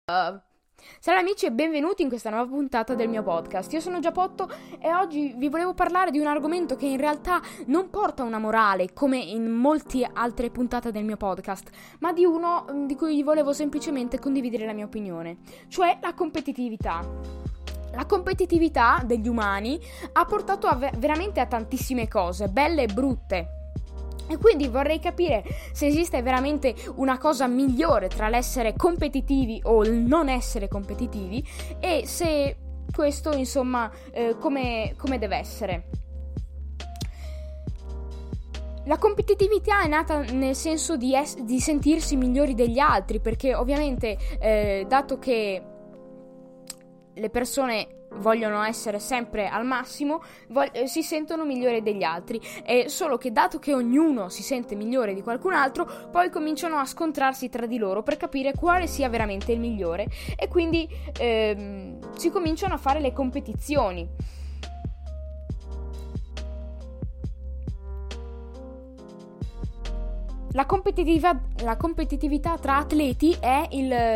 Salve amici e benvenuti in questa nuova puntata del mio podcast. Io sono Giappotto e oggi vi volevo parlare di un argomento che in realtà non porta una morale come in molte altre puntate del mio podcast, ma di uno di cui volevo semplicemente condividere la mia opinione, cioè la competitività. La competitività degli umani ha portato veramente a tantissime cose, belle e brutte. E quindi vorrei capire se esiste veramente una cosa migliore tra l'essere competitivi o il non essere competitivi e se questo, insomma, come deve essere. La competitività è nata nel senso di sentirsi migliori degli altri, perché ovviamente, dato che le persone vogliono essere sempre al massimo, si sentono migliori degli altri, solo che dato che ognuno si sente migliore di qualcun altro, poi cominciano a scontrarsi tra di loro per capire quale sia veramente il migliore e quindi si cominciano a fare le competizioni. La competitività tra atleti è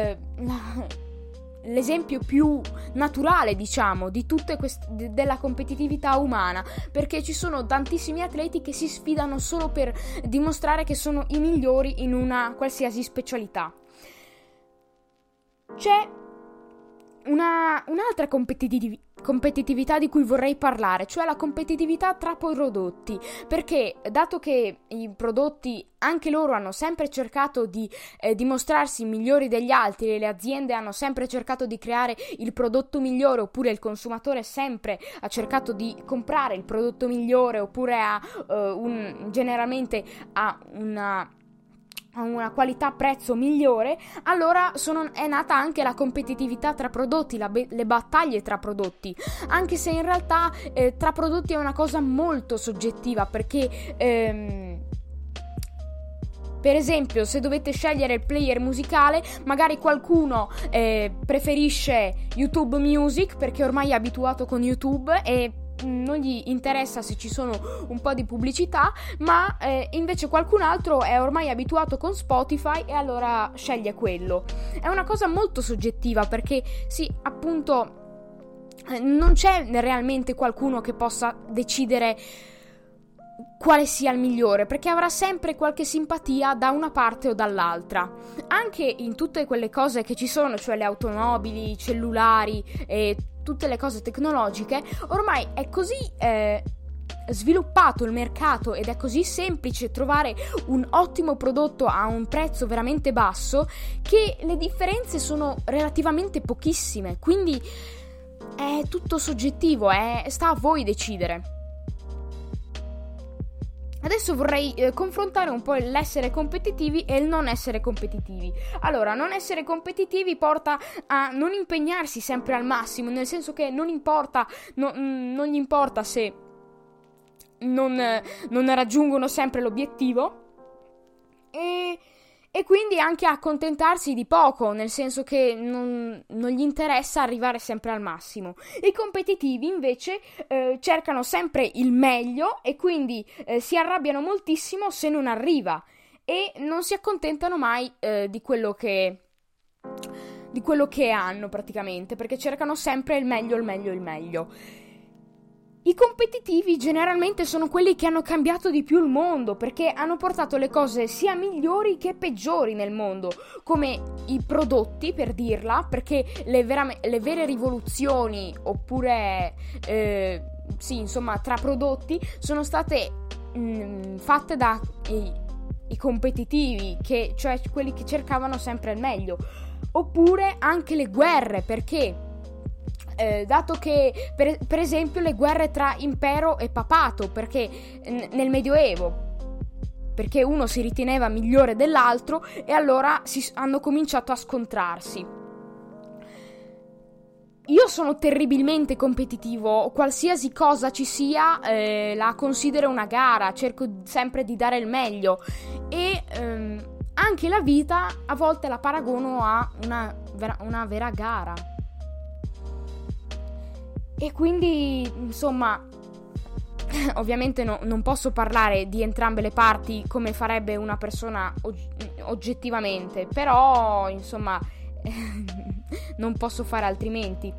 l'esempio più naturale, diciamo, di tutte della competitività umana, perché ci sono tantissimi atleti che si sfidano solo per dimostrare che sono i migliori in una qualsiasi specialità. C'è un'altra competitività di cui vorrei parlare, cioè la competitività tra prodotti, perché dato che i prodotti anche loro hanno sempre cercato di dimostrarsi migliori degli altri, le aziende hanno sempre cercato di creare il prodotto migliore, oppure il consumatore sempre ha cercato di comprare il prodotto migliore, oppure generalmente ha una qualità-prezzo migliore, allora è nata anche la competitività tra prodotti, le battaglie tra prodotti, anche se in realtà tra prodotti è una cosa molto soggettiva, perché per esempio, se dovete scegliere il player musicale, magari qualcuno preferisce YouTube Music perché ormai è abituato con YouTube e non gli interessa se ci sono un po' di pubblicità, ma invece qualcun altro è ormai abituato con Spotify e allora sceglie quello. È una cosa molto soggettiva, perché sì, appunto, non c'è realmente qualcuno che possa decidere quale sia il migliore, perché avrà sempre qualche simpatia da una parte o dall'altra. Anche in tutte quelle cose che ci sono, cioè le automobili, i cellulari e tutte le cose tecnologiche, ormai è così sviluppato il mercato ed è così semplice trovare un ottimo prodotto a un prezzo veramente basso che le differenze sono relativamente pochissime, quindi è tutto soggettivo, sta a voi decidere. Adesso vorrei confrontare un po' l'essere competitivi e il non essere competitivi. Allora, non essere competitivi porta a non impegnarsi sempre al massimo, nel senso che non gli importa se non raggiungono sempre l'obiettivo e quindi anche accontentarsi di poco, nel senso che non gli interessa arrivare sempre al massimo. I competitivi invece cercano sempre il meglio e quindi si arrabbiano moltissimo se non arriva e non si accontentano mai di quello che hanno praticamente, perché cercano sempre il meglio, il meglio, il meglio. I competitivi generalmente sono quelli che hanno cambiato di più il mondo, perché hanno portato le cose sia migliori che peggiori nel mondo, come i prodotti, per dirla, perché le vere rivoluzioni, oppure sì, insomma, tra prodotti sono state fatte da i competitivi, cioè quelli che cercavano sempre il meglio, oppure anche le guerre, perché dato che per esempio le guerre tra impero e papato, perché nel Medioevo, perché uno si riteneva migliore dell'altro e allora hanno cominciato a scontrarsi. Io sono terribilmente competitivo, qualsiasi cosa ci sia la considero una gara, cerco sempre di dare il meglio e anche la vita a volte la paragono a una vera gara. E quindi, insomma, ovviamente non posso parlare di entrambe le parti come farebbe una persona oggettivamente, però, insomma, non posso fare altrimenti.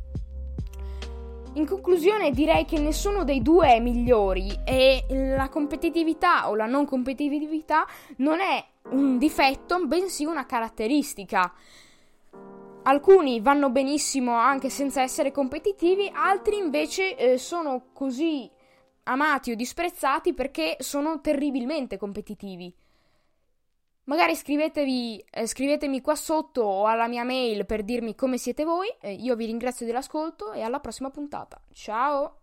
In conclusione direi che nessuno dei due è migliori e la competitività o la non competitività non è un difetto, bensì una caratteristica. Alcuni vanno benissimo anche senza essere competitivi, altri invece sono così amati o disprezzati perché sono terribilmente competitivi. Magari scrivetemi qua sotto o alla mia mail per dirmi come siete voi. Io vi ringrazio dell'ascolto e alla prossima puntata. Ciao!